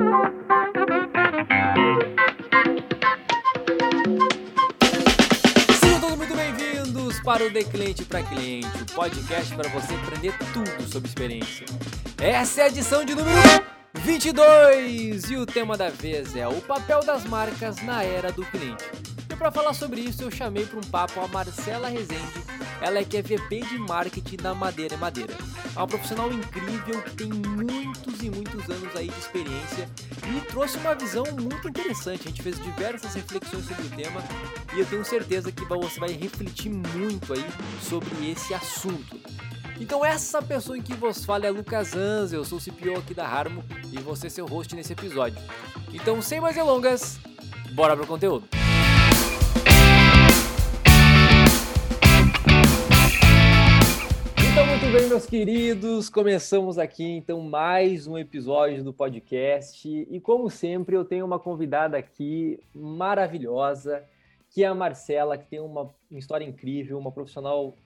Sejam todos muito bem-vindos para o De Cliente para Cliente, o podcast para você aprender tudo sobre experiência. Essa é a edição de número 22 e o tema da vez é o papel das marcas na era do cliente. E para falar sobre isso eu chamei para um papo a Marcela Rezende, ela que é VP de Marketing da Madeira Madeira. É uma profissional incrível que tem muitos e muitos anos aí de experiência e trouxe uma visão muito interessante. A gente fez diversas reflexões sobre o tema e eu tenho certeza que você vai refletir muito aí sobre esse assunto. Então essa pessoa em que vos fala é Lucas Anza, eu sou o CPO aqui da Harmo e vou ser seu host nesse episódio. Então sem mais delongas, bora pro conteúdo! Então muito bem, meus queridos, começamos aqui então mais um episódio do podcast e como sempre eu tenho uma convidada aqui maravilhosa, que é a Marcela, que tem uma história incrível, uma profissional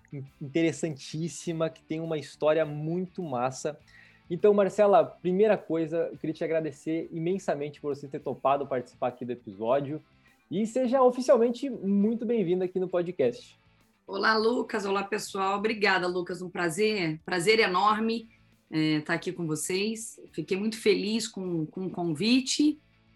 interessantíssima, que tem uma história muito massa. Então, Marcela, primeira coisa, eu queria te agradecer imensamente por você ter topado participar aqui do episódio e seja oficialmente muito bem-vinda aqui no podcast. Olá, Lucas. Olá, pessoal. Obrigada, Lucas. Um prazer enorme estar aqui com vocês. Fiquei muito feliz com o convite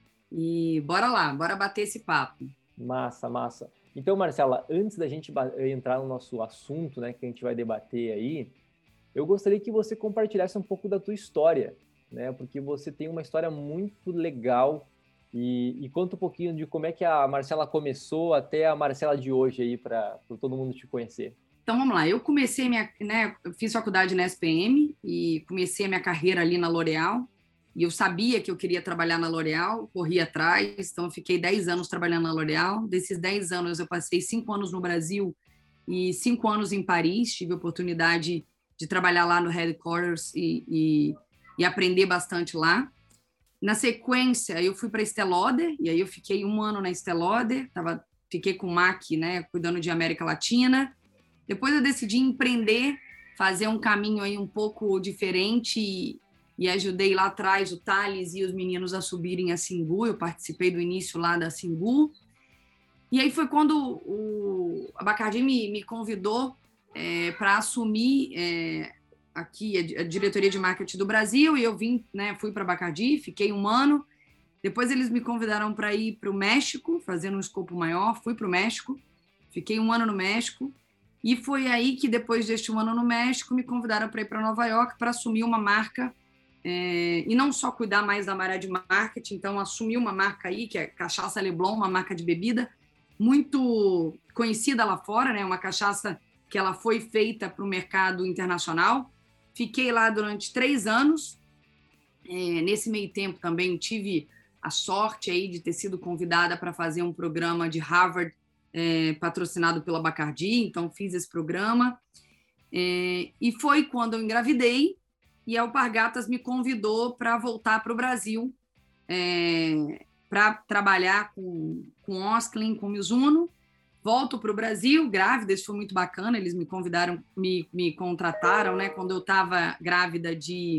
e bora lá, bora bater esse papo. Massa, massa. Então, Marcela, antes da gente entrar no nosso assunto, né, que a gente vai debater aí, eu gostaria que você compartilhasse um pouco da tua história, né, porque você tem uma história muito legal e conta um pouquinho de como é que a Marcela começou até a Marcela de hoje aí para todo mundo te conhecer. Então, vamos lá. Eu comecei eu fiz faculdade na SPM e comecei a minha carreira ali na L'Oréal. E eu sabia que eu queria trabalhar na L'Oréal, corri atrás, então eu fiquei 10 anos trabalhando na L'Oréal. Desses 10 anos, eu passei 5 anos no Brasil e 5 anos em Paris. Tive a oportunidade de trabalhar lá no Headquarters e aprender bastante lá. Na sequência, eu fui para a Estée Lauder, e aí eu fiquei 1 ano na Estée Lauder, fiquei com o MAC, né, cuidando de América Latina. Depois eu decidi empreender, fazer um caminho aí um pouco diferente e ajudei lá atrás o Thales e os meninos a subirem a Singu. Eu participei do início lá da Singu. E aí foi quando a Bacardi me convidou para assumir aqui a diretoria de marketing do Brasil, e eu fui para a Bacardi, fiquei 1 ano. Depois eles me convidaram para ir para o México, fazendo um escopo maior. Fui para o México, fiquei 1 ano no México. E foi aí que, depois deste 1 ano no México, me convidaram para ir para Nova York para assumir uma marca. E não só cuidar mais da área de marketing, então assumi uma marca aí, que é Cachaça Leblon, uma marca de bebida muito conhecida lá fora, né? Uma cachaça que ela foi feita para o mercado internacional. Fiquei lá durante 3 anos. Nesse meio tempo também tive a sorte aí de ter sido convidada para fazer um programa de Harvard patrocinado pela Bacardi, então fiz esse programa. E foi quando eu engravidei e a Alpargatas me convidou para voltar para o Brasil para trabalhar com Osklen, com Mizuno. Volto para o Brasil, grávida, isso foi muito bacana, eles me convidaram, me contrataram, né, quando eu estava grávida de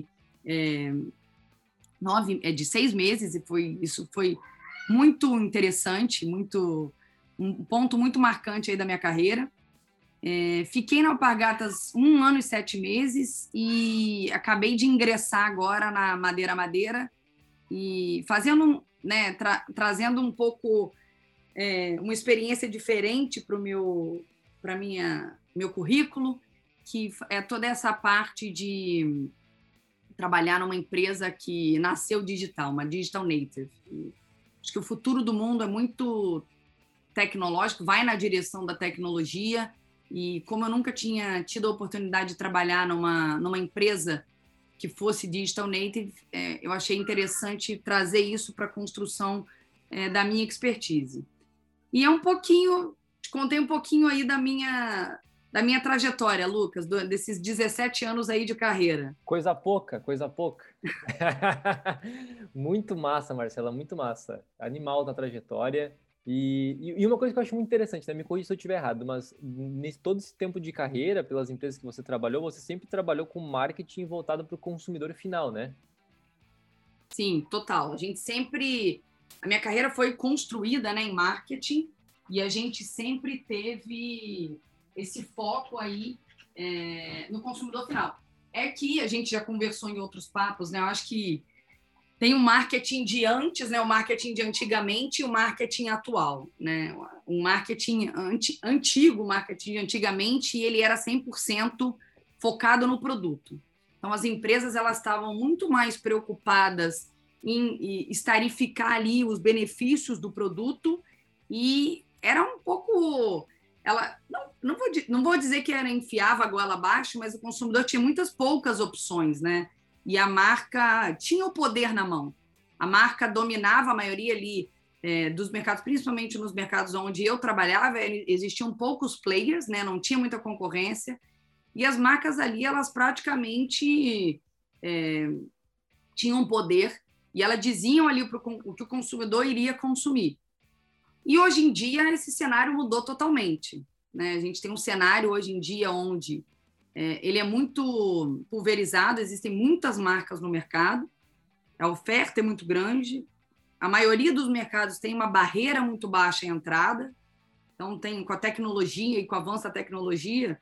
6 meses, e isso foi muito interessante, um ponto muito marcante aí da minha carreira. Fiquei na Alpargatas 1 ano e 7 meses e acabei de ingressar agora na Madeira Madeira e fazendo, né, trazendo um pouco uma experiência diferente para o meu currículo, que é toda essa parte de trabalhar numa empresa que nasceu digital, uma digital native. Acho que o futuro do mundo é muito tecnológico, vai na direção da tecnologia. E como eu nunca tinha tido a oportunidade de trabalhar numa empresa que fosse digital native, eu achei interessante trazer isso para a construção da minha expertise. E te contei um pouquinho aí da minha trajetória, Lucas, desses 17 anos aí de carreira. Coisa pouca, coisa pouca. Muito massa, Marcela, muito massa. Animal da trajetória. E uma coisa que eu acho muito interessante, né? Me corrija se eu estiver errado, mas todo esse tempo de carreira, pelas empresas que você trabalhou, você sempre trabalhou com marketing voltado para o consumidor final, né? Sim, total. A minha carreira foi construída, né, em marketing, e a gente sempre teve esse foco aí no consumidor final. É que a gente já conversou em outros papos, né? Eu acho que tem o marketing de antes, né? O marketing de antigamente e o marketing atual, né? O marketing antigo, o marketing de antigamente, ele era 100% focado no produto. Então, as empresas elas estavam muito mais preocupadas em estarificar ali os benefícios do produto e era um pouco... não vou dizer que era enfiava a goela abaixo, mas o consumidor tinha muitas poucas opções, né? E a marca tinha o poder na mão. A marca dominava a maioria ali dos mercados, principalmente nos mercados onde eu trabalhava, existiam poucos players, né? Não tinha muita concorrência, e as marcas ali, elas praticamente tinham poder, e elas diziam ali o que o consumidor iria consumir. E hoje em dia, esse cenário mudou totalmente, né? A gente tem um cenário hoje em dia onde ele é muito pulverizado, existem muitas marcas no mercado, a oferta é muito grande, a maioria dos mercados tem uma barreira muito baixa à entrada, então com a tecnologia e com o avanço da tecnologia,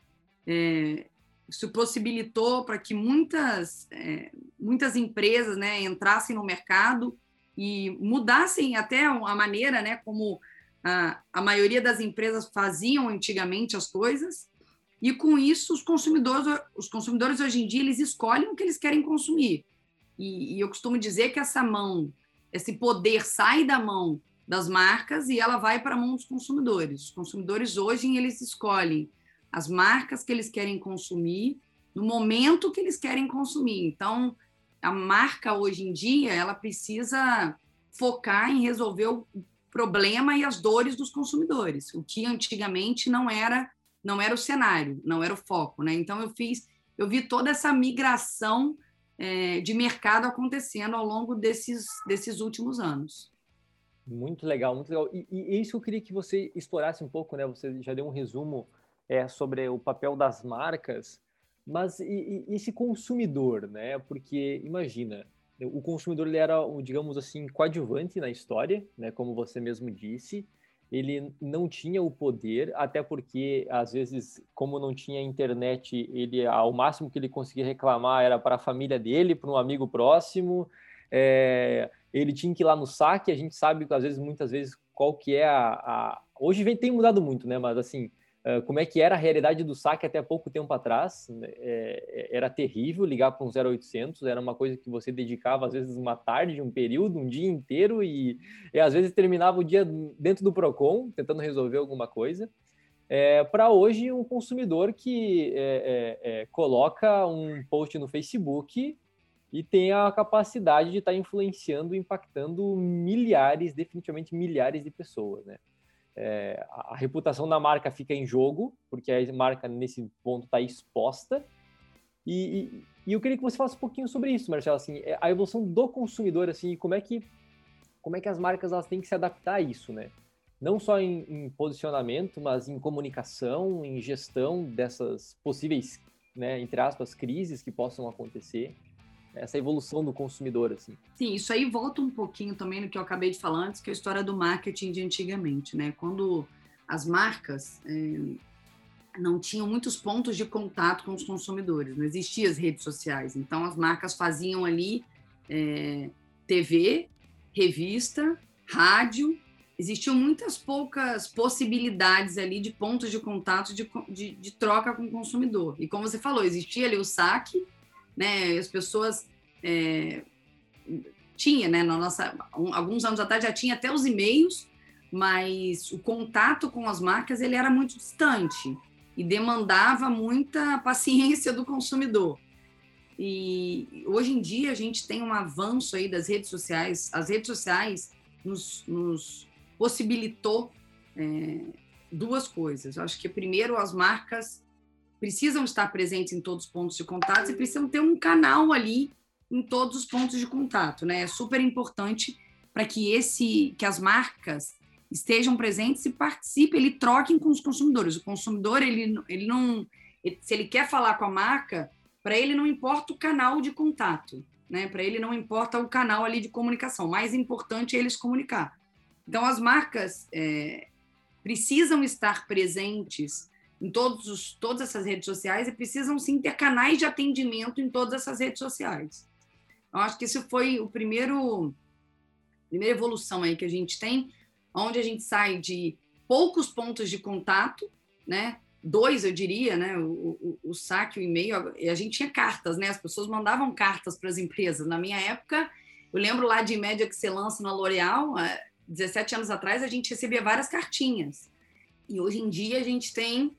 isso possibilitou para que muitas empresas, né, entrassem no mercado e mudassem até a maneira, né, como a maioria das empresas faziam antigamente as coisas. E, com isso, os consumidores hoje em dia, eles escolhem o que eles querem consumir. E eu costumo dizer que esse poder sai da mão das marcas e ela vai para a mão dos consumidores. Os consumidores, hoje, eles escolhem as marcas que eles querem consumir no momento que eles querem consumir. Então, a marca, hoje em dia, ela precisa focar em resolver o problema e as dores dos consumidores, o que antigamente não era o cenário, não era o foco, né? Então, eu vi toda essa migração de mercado acontecendo ao longo desses últimos anos. Muito legal, muito legal. E isso eu queria que você explorasse um pouco, né? Você já deu um resumo sobre o papel das marcas, mas e esse consumidor, né? Porque, imagina, o consumidor ele era, digamos assim, coadjuvante na história, né? Como você mesmo disse, ele não tinha o poder, até porque, às vezes, como não tinha internet, ao máximo que ele conseguia reclamar era para a família dele, para um amigo próximo, ele tinha que ir lá no saque, a gente sabe, às vezes, muitas vezes, qual que é Hoje tem mudado muito, né? Mas, assim, como é que era a realidade do saque até pouco tempo atrás, era terrível ligar para um 0800, era uma coisa que você dedicava às vezes uma tarde, um período, um dia inteiro e às vezes terminava o dia dentro do Procon, tentando resolver alguma coisa, para hoje um consumidor que coloca um post no Facebook e tem a capacidade de estar influenciando, impactando definitivamente milhares de pessoas, né? A reputação da marca fica em jogo, porque a marca nesse ponto está exposta, e eu queria que você falasse um pouquinho sobre isso, Marcelo, assim, a evolução do consumidor, assim, como é que as marcas elas têm que se adaptar a isso, né? Não só em posicionamento, mas em comunicação, em gestão dessas possíveis, né, entre aspas, crises que possam acontecer. Essa evolução do consumidor, assim. Sim, isso aí volta um pouquinho também no que eu acabei de falar antes, que é a história do marketing de antigamente, né? Quando as marcas não tinham muitos pontos de contato com os consumidores, não existiam as redes sociais, então as marcas faziam ali TV, revista, rádio, existiam muitas poucas possibilidades ali de pontos de contato, de troca com o consumidor. E como você falou, existia ali o saque, né? As pessoas tinha, né? Alguns anos atrás já tinha até os e-mails, mas o contato com as marcas ele era muito distante e demandava muita paciência do consumidor. E hoje em dia a gente tem um avanço aí das redes sociais. As redes sociais nos possibilitou duas coisas. Eu acho que primeiro as marcas precisam estar presentes em todos os pontos de contato e precisam ter um canal ali em todos os pontos de contato, né? É super importante para que as marcas estejam presentes e participem, troquem com os consumidores. O consumidor, se ele quer falar com a marca, para ele não importa o canal de contato. né? Para ele não importa o canal ali de comunicação, mais importante é ele se comunicar. Então, as marcas precisam estar presentes em todas essas redes sociais e precisam, sim, ter canais de atendimento em todas essas redes sociais. Eu acho que isso foi a primeira evolução aí que a gente tem, onde a gente sai de poucos pontos de contato, né? 2, eu diria, né? O saque, o e-mail, e a gente tinha cartas, né? As pessoas mandavam cartas para as empresas. Na minha época, eu lembro lá de Média Excelência na L'Oréal, 17 anos atrás, a gente recebia várias cartinhas. E hoje em dia a gente tem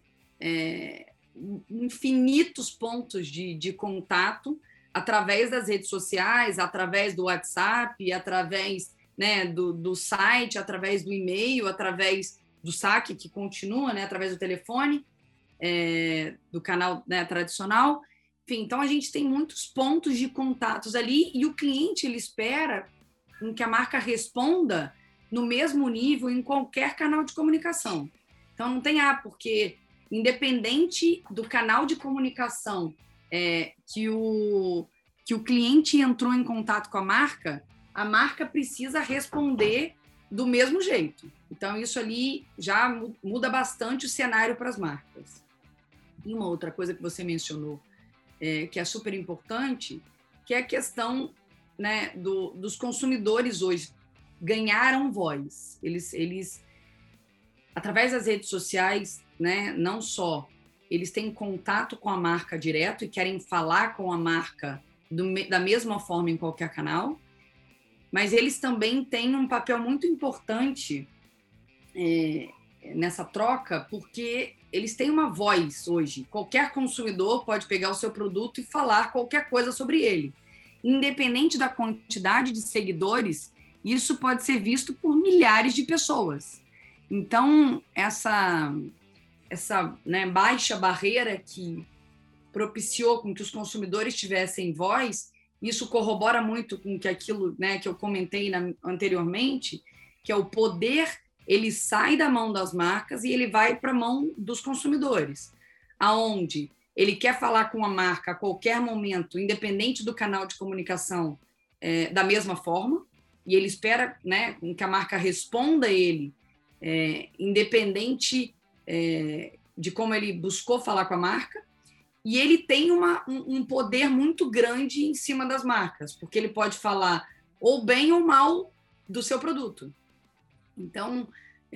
infinitos pontos de contato através das redes sociais, através do WhatsApp, através, né, do site, através do e-mail, através do saque, que continua, né, através do telefone, do canal, né, tradicional. Enfim, então a gente tem muitos pontos de contatos ali e o cliente ele espera que a marca responda no mesmo nível em qualquer canal de comunicação. Então não tem porque independente do canal de comunicação que o cliente entrou em contato com a marca precisa responder do mesmo jeito. Então, isso ali já muda bastante o cenário para as marcas. E uma outra coisa que você mencionou, que é super importante, que é a questão, né, dos consumidores hoje ganharam voz. Eles, através das redes sociais, né, não só eles têm contato com a marca direto e querem falar com a marca da mesma forma em qualquer canal, mas eles também têm um papel muito importante nessa troca, porque eles têm uma voz hoje. Qualquer consumidor pode pegar o seu produto e falar qualquer coisa sobre ele. Independente da quantidade de seguidores, isso pode ser visto por milhares de pessoas. Então, essa né, baixa barreira que propiciou com que os consumidores tivessem voz, isso corrobora muito com aquilo, né, que eu comentei anteriormente, que é o poder, ele sai da mão das marcas e ele vai para a mão dos consumidores, aonde ele quer falar com a marca a qualquer momento, independente do canal de comunicação, da mesma forma, e ele espera, né, que a marca responda a ele, independente de como ele buscou falar com a marca, e ele tem um poder muito grande em cima das marcas, porque ele pode falar ou bem ou mal do seu produto. Então,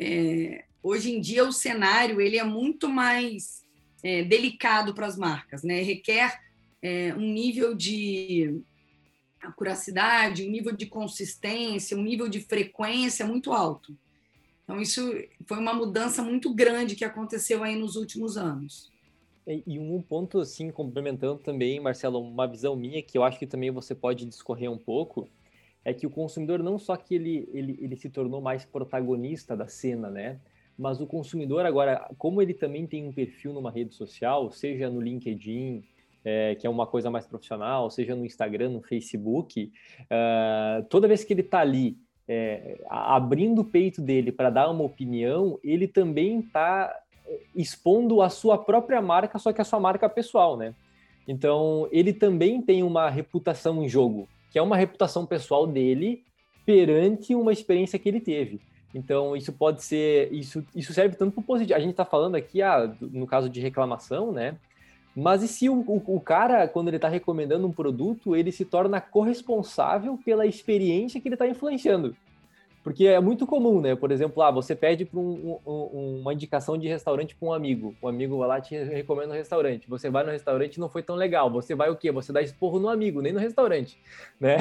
hoje em dia, o cenário ele é muito mais delicado para as marcas, né? Requer um nível de acuracidade, um nível de consistência, um nível de frequência muito alto. Então, isso foi uma mudança muito grande que aconteceu aí nos últimos anos. E um ponto, assim, complementando também, Marcelo, uma visão minha, que eu acho que também você pode discorrer um pouco, é que o consumidor não só que ele se tornou mais protagonista da cena, né? Mas o consumidor agora, como ele também tem um perfil numa rede social, seja no LinkedIn, que é uma coisa mais profissional, seja no Instagram, no Facebook, toda vez que ele está ali abrindo o peito dele para dar uma opinião, ele também está expondo a sua própria marca, só que a sua marca pessoal, né? Então, ele também tem uma reputação em jogo, que é uma reputação pessoal dele perante uma experiência que ele teve. Então, isso pode ser... Isso serve tanto para o positivo. A gente está falando aqui, no caso de reclamação, né? Mas e se o cara, quando ele está recomendando um produto, ele se torna corresponsável pela experiência que ele está influenciando? Porque é muito comum, né? Por exemplo, você pede para uma indicação de restaurante para um amigo. O amigo vai lá e te recomenda um restaurante. Você vai no restaurante e não foi tão legal. Você vai o quê? Você dá esporro no amigo, nem no restaurante, né?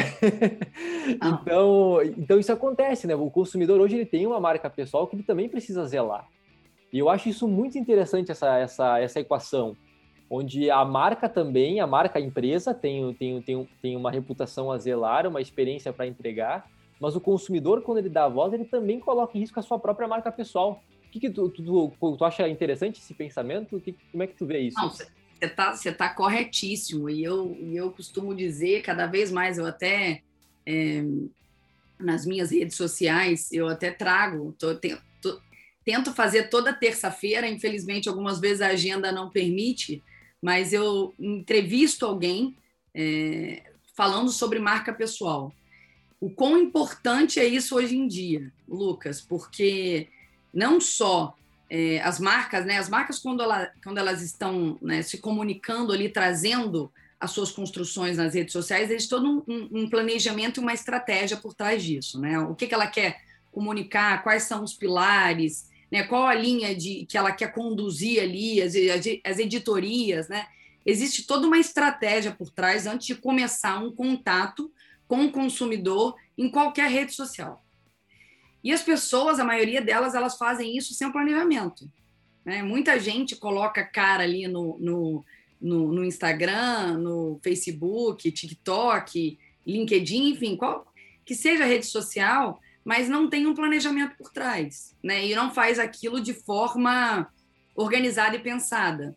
Então isso acontece, né? O consumidor hoje ele tem uma marca pessoal que ele também precisa zelar. E eu acho isso muito interessante, essa equação, onde a marca também, a empresa tem uma reputação a zelar, uma experiência para entregar, mas o consumidor, quando ele dá a voz, ele também coloca em risco a sua própria marca pessoal. O que tu acha interessante esse pensamento? Como é que tu vê isso? Não, você tá corretíssimo. E eu costumo dizer, cada vez mais, eu até, nas minhas redes sociais, eu até trago, tento fazer toda terça-feira, infelizmente, algumas vezes a agenda não permite, mas eu entrevisto alguém, falando sobre marca pessoal. O quão importante é isso hoje em dia, Lucas, porque não só as marcas, né? As marcas, quando elas estão, né, se comunicando ali, trazendo as suas construções nas redes sociais, eles todo um planejamento e uma estratégia por trás disso, né? O que ela quer comunicar, quais são os pilares, né? Qual a linha que ela quer conduzir ali, as editorias, né? Existe toda uma estratégia por trás antes de começar um contato com o consumidor em qualquer rede social. E as pessoas, a maioria delas, elas fazem isso sem planejamento, né? Muita gente coloca cara ali no Instagram, no Facebook, TikTok, LinkedIn, enfim, que seja rede social, mas não tem um planejamento por trás, né? E não faz aquilo de forma organizada e pensada.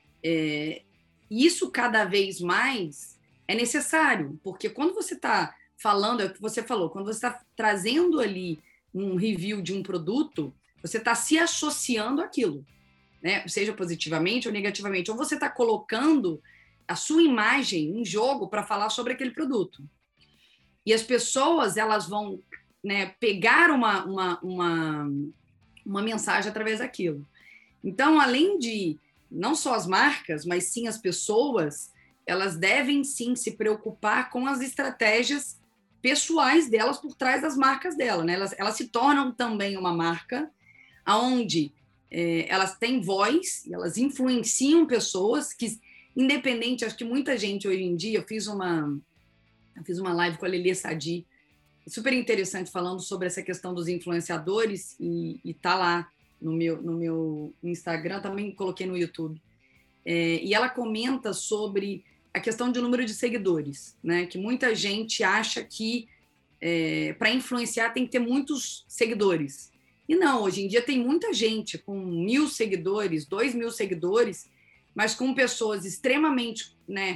Isso cada vez mais é necessário, porque quando você está falando, é o que você falou, quando você está trazendo ali um review de um produto, você está se associando àquilo, né? Seja positivamente ou negativamente, ou você está colocando a sua imagem em jogo para falar sobre aquele produto. E as pessoas, elas vão, né, pegar uma mensagem através daquilo. Então, além de não só as marcas, mas sim as pessoas, elas devem sim se preocupar com as estratégias pessoais delas por trás das marcas dela, né? Elas se tornam também uma marca onde elas têm voz, elas influenciam pessoas que, independente, acho que muita gente hoje em dia, eu fiz uma live com a Lelê Sadi, super interessante, falando sobre essa questão dos influenciadores, e tá lá no meu Instagram, também coloquei no YouTube. E ela comenta sobre a questão de número de seguidores, né? Que muita gente acha que para influenciar tem que ter muitos seguidores. E não, hoje em dia tem muita gente com 1.000 seguidores, 2.000 seguidores, mas com pessoas extremamente, né,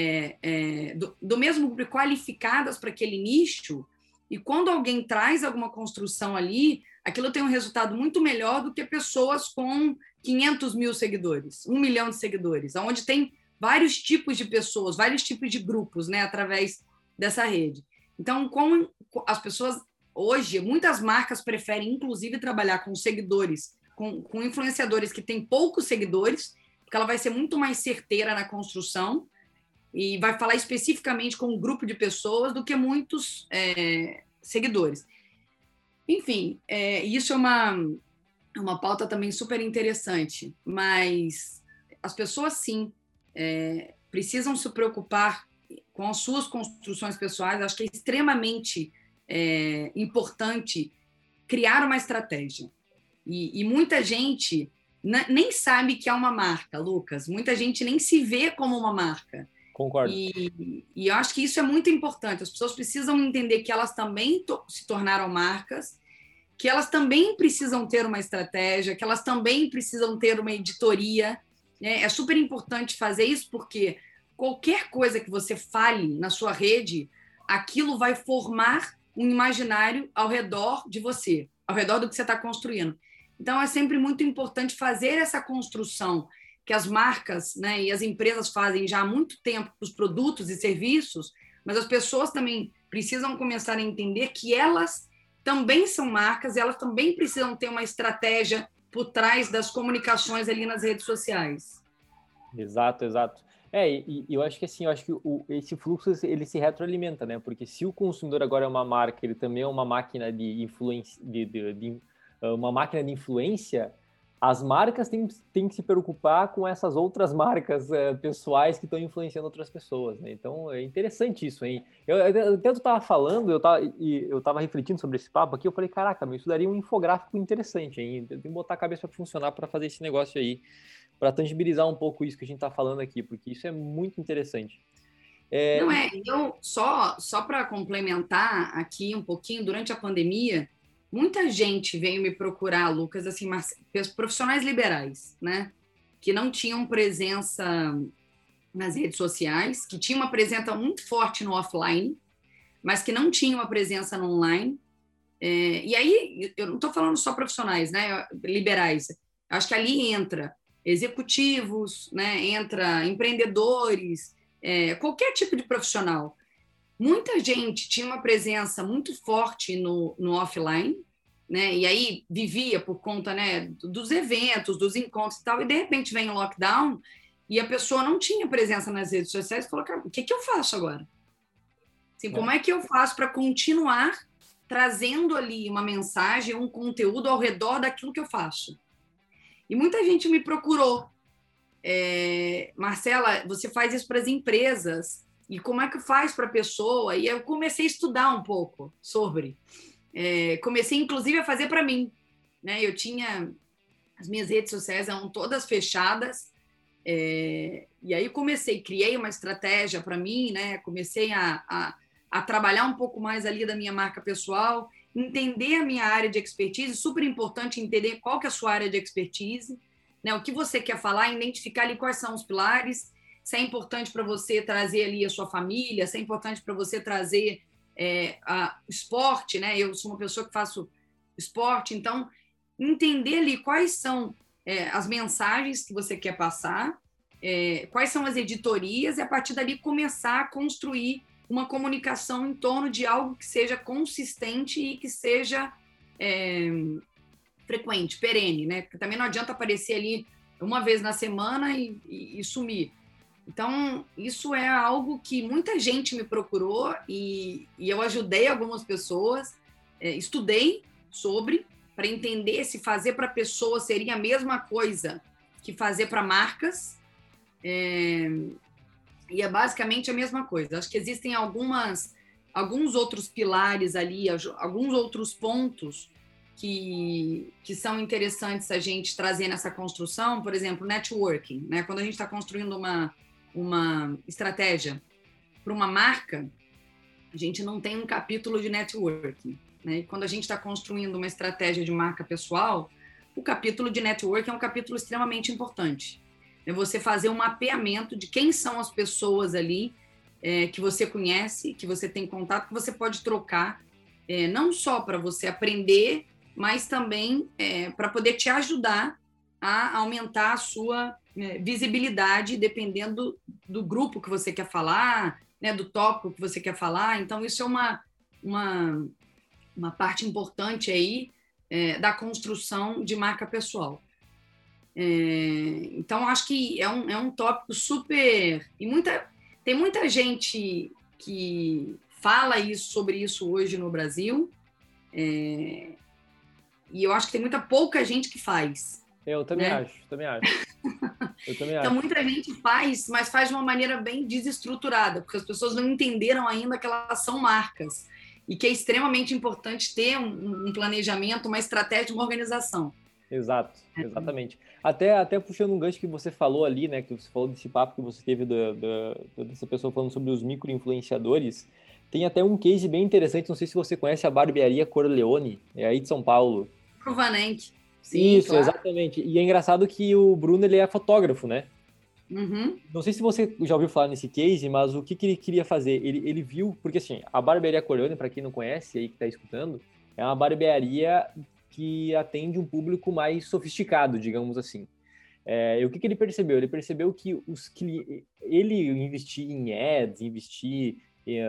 do mesmo grupo, qualificadas para aquele nicho, e quando alguém traz alguma construção ali, aquilo tem um resultado muito melhor do que pessoas com 500.000 seguidores, 1 milhão de seguidores, onde tem vários tipos de pessoas, vários tipos de grupos, né, através dessa rede. Então, como as pessoas hoje, muitas marcas preferem, inclusive, trabalhar com seguidores, com influenciadores que têm poucos seguidores, porque ela vai ser muito mais certeira na construção e vai falar especificamente com um grupo de pessoas do que muitos seguidores. Enfim, isso é uma pauta também super interessante, mas as pessoas, sim, precisam se preocupar com as suas construções pessoais. Acho que é extremamente importante criar uma estratégia. E muita gente nem sabe que é uma marca, Lucas. Muita gente nem se vê como uma marca. Concordo. E eu acho que isso é muito importante. As pessoas precisam entender que elas também se tornaram marcas, que elas também precisam ter uma estratégia, que elas também precisam ter uma editoria. É super importante fazer isso, porque qualquer coisa que você fale na sua rede, aquilo vai formar um imaginário ao redor de você, ao redor do que você está construindo. Então, é sempre muito importante fazer essa construção que as marcas, né, e as empresas fazem já há muito tempo para os produtos e serviços, mas as pessoas também precisam começar a entender que elas também são marcas e elas também precisam ter uma estratégia por trás das comunicações ali nas redes sociais. Exato. E eu acho que assim, esse fluxo ele se retroalimenta, né? Porque se o consumidor agora é uma marca, ele também é uma máquina de influência, uma máquina de influência, as marcas têm que se preocupar com essas outras marcas pessoais que estão influenciando outras pessoas, né? Então, é interessante isso, hein? Eu até estava falando, eu estava refletindo sobre esse papo aqui, eu falei, caraca, isso daria um infográfico interessante, hein? Tem que botar a cabeça para funcionar para fazer esse negócio aí, para tangibilizar um pouco isso que a gente está falando aqui, porque isso é muito interessante. Eu só para complementar aqui um pouquinho, durante a pandemia, muita gente veio me procurar, Lucas, assim, profissionais liberais, né? Que não tinham presença nas redes sociais, que tinham uma presença muito forte no offline, mas que não tinham uma presença no online. E aí, eu não estou falando só profissionais, né? Liberais. Acho que ali entra executivos, né? Entra empreendedores, qualquer tipo de profissional Muita gente tinha uma presença muito forte no offline, né? E aí vivia por conta, né, dos eventos, dos encontros e tal, e de repente vem o lockdown e a pessoa não tinha presença nas redes sociais e falou, cara, o que eu faço agora? Assim, como é que eu faço para continuar trazendo ali uma mensagem, um conteúdo ao redor daquilo que eu faço? E muita gente me procurou. Marcela, você faz isso para as empresas, e como é que faz para a pessoa? E eu comecei a estudar um pouco sobre. Comecei, inclusive, a fazer para mim. Né? Eu tinha... As minhas redes sociais eram todas fechadas, e aí criei uma estratégia para mim, né? Comecei a trabalhar um pouco mais ali da minha marca pessoal, entender a minha área de expertise, super importante entender qual que é a sua área de expertise, né? O que você quer falar, identificar ali quais são os pilares, se é importante para você trazer ali a sua família, se é importante para você trazer esporte, né? Eu sou uma pessoa que faço esporte, então entender ali quais são as mensagens que você quer passar, quais são as editorias, e a partir dali começar a construir uma comunicação em torno de algo que seja consistente e que seja frequente, perene, né? Porque também não adianta aparecer ali uma vez na semana e sumir. Então, isso é algo que muita gente me procurou e eu ajudei algumas pessoas, estudei sobre, para entender se fazer para pessoa seria a mesma coisa que fazer para marcas, e é basicamente a mesma coisa. Acho que existem alguns outros pilares ali, alguns outros pontos que são interessantes a gente trazer nessa construção, por exemplo, networking, né? Quando a gente está construindo uma estratégia para uma marca, a gente não tem um capítulo de networking, né? E quando a gente está construindo uma estratégia de marca pessoal, o capítulo de networking é um capítulo extremamente importante. É você fazer um mapeamento de quem são as pessoas ali que você conhece, que você tem contato, que você pode trocar, não só para você aprender, mas também para poder te ajudar a aumentar a sua visibilidade, dependendo do grupo que você quer falar, né, do tópico que você quer falar. Então, isso é uma parte importante aí da construção de marca pessoal. Então, acho que é um tópico super... Tem muita gente que fala sobre isso hoje no Brasil, e eu acho que tem pouca gente que faz. Eu também acho. Então, muita gente faz, mas faz de uma maneira bem desestruturada, porque as pessoas não entenderam ainda que elas são marcas e que é extremamente importante ter um planejamento, uma estratégia, uma organização. Exato, exatamente. Até puxando um gancho que você falou ali, né, que você falou desse papo que você teve dessa pessoa falando sobre os micro-influenciadores, tem até um case bem interessante, não sei se você conhece a barbearia Corleone, é aí de São Paulo. Provanenque. Sim, isso, claro. Exatamente. E é engraçado que o Bruno, ele é fotógrafo, né? Uhum. Não sei se você já ouviu falar nesse case, mas o que ele queria fazer? Ele viu, porque assim, a barbearia Corleone, para quem não conhece aí que tá escutando, é uma barbearia que atende um público mais sofisticado, digamos assim. E o que ele percebeu? Ele percebeu que ele investir em ads, investir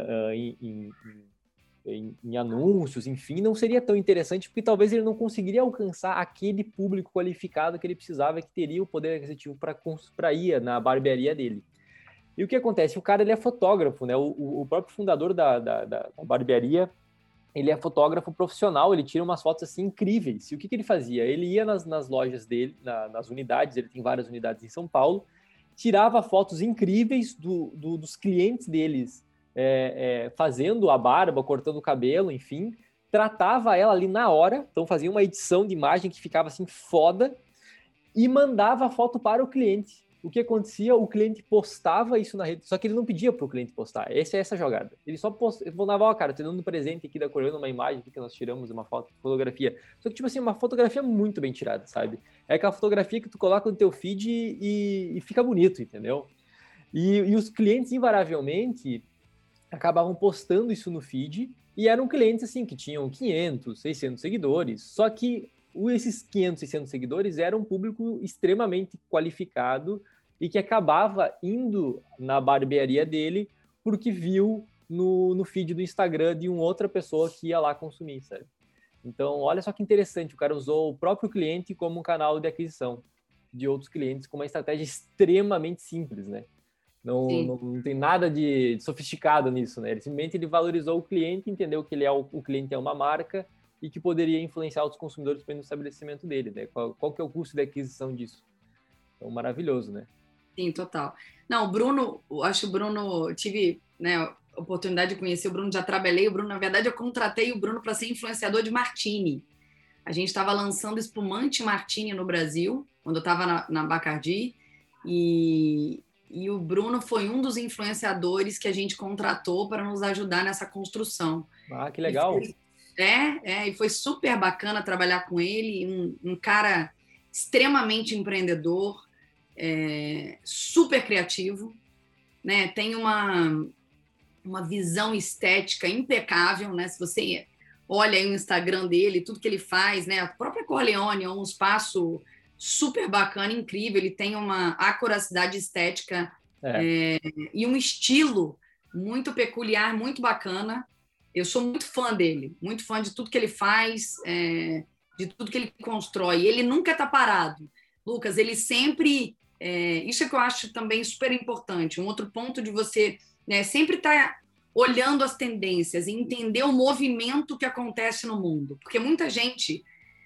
em anúncios, enfim, não seria tão interessante, porque talvez ele não conseguiria alcançar aquele público qualificado que ele precisava, que teria o poder aquisitivo para ir na barbearia dele. E o que acontece? O cara, ele é fotógrafo, né? O próprio fundador da barbearia, ele é fotógrafo profissional, ele tira umas fotos assim incríveis. E o que ele fazia? Ele ia nas lojas dele, nas unidades, ele tem várias unidades em São Paulo, tirava fotos incríveis dos clientes deles, fazendo a barba, cortando o cabelo, enfim, tratava ela ali na hora, então fazia uma edição de imagem que ficava assim foda e mandava a foto para o cliente. O que acontecia? O cliente postava isso na rede, só que ele não pedia para o cliente postar. Essa jogada. Ele só postava, ó, cara, tô dando um presente aqui da Corleone, uma imagem que nós tiramos, uma fotografia. Só que, tipo assim, uma fotografia muito bem tirada, sabe? É aquela fotografia que tu coloca no teu feed e fica bonito, entendeu? E os clientes, invariavelmente, acabavam postando isso no feed e eram clientes, assim, que tinham 500, 600 seguidores. Só que esses 500, 600 seguidores eram um público extremamente qualificado e que acabava indo na barbearia dele porque viu no feed do Instagram de uma outra pessoa que ia lá consumir, sabe? Então, olha só que interessante, o cara usou o próprio cliente como um canal de aquisição de outros clientes com uma estratégia extremamente simples, né? Não tem nada de sofisticado nisso, né? Ele valorizou o cliente, entendeu que o cliente é uma marca e que poderia influenciar os consumidores no estabelecimento dele, né? Qual que é o custo de aquisição disso? Então, maravilhoso, né? Sim, total. Não, o Bruno, acho que o Bruno, tive, né, a oportunidade de conhecer o Bruno, já trabalhei o Bruno, na verdade eu contratei o Bruno para ser influenciador de Martini. A gente estava lançando espumante Martini no Brasil, quando eu estava na Bacardi, e o Bruno foi um dos influenciadores que a gente contratou para nos ajudar nessa construção. Ah, que legal! E foi super bacana trabalhar com ele, um cara extremamente empreendedor, super criativo, né? Tem uma visão estética impecável, né? Se você olha aí o Instagram dele, tudo que ele faz, né? A própria Corleone é um espaço super bacana, incrível. Ele tem uma acuracidade estética e um estilo muito peculiar, muito bacana. Eu sou muito fã dele, muito fã de tudo que ele faz, de tudo que ele constrói. Ele nunca está parado. Lucas, ele sempre... isso é que eu acho também super importante. Um outro ponto de você, né, sempre estar olhando as tendências e entender o movimento que acontece no mundo. Porque muita gente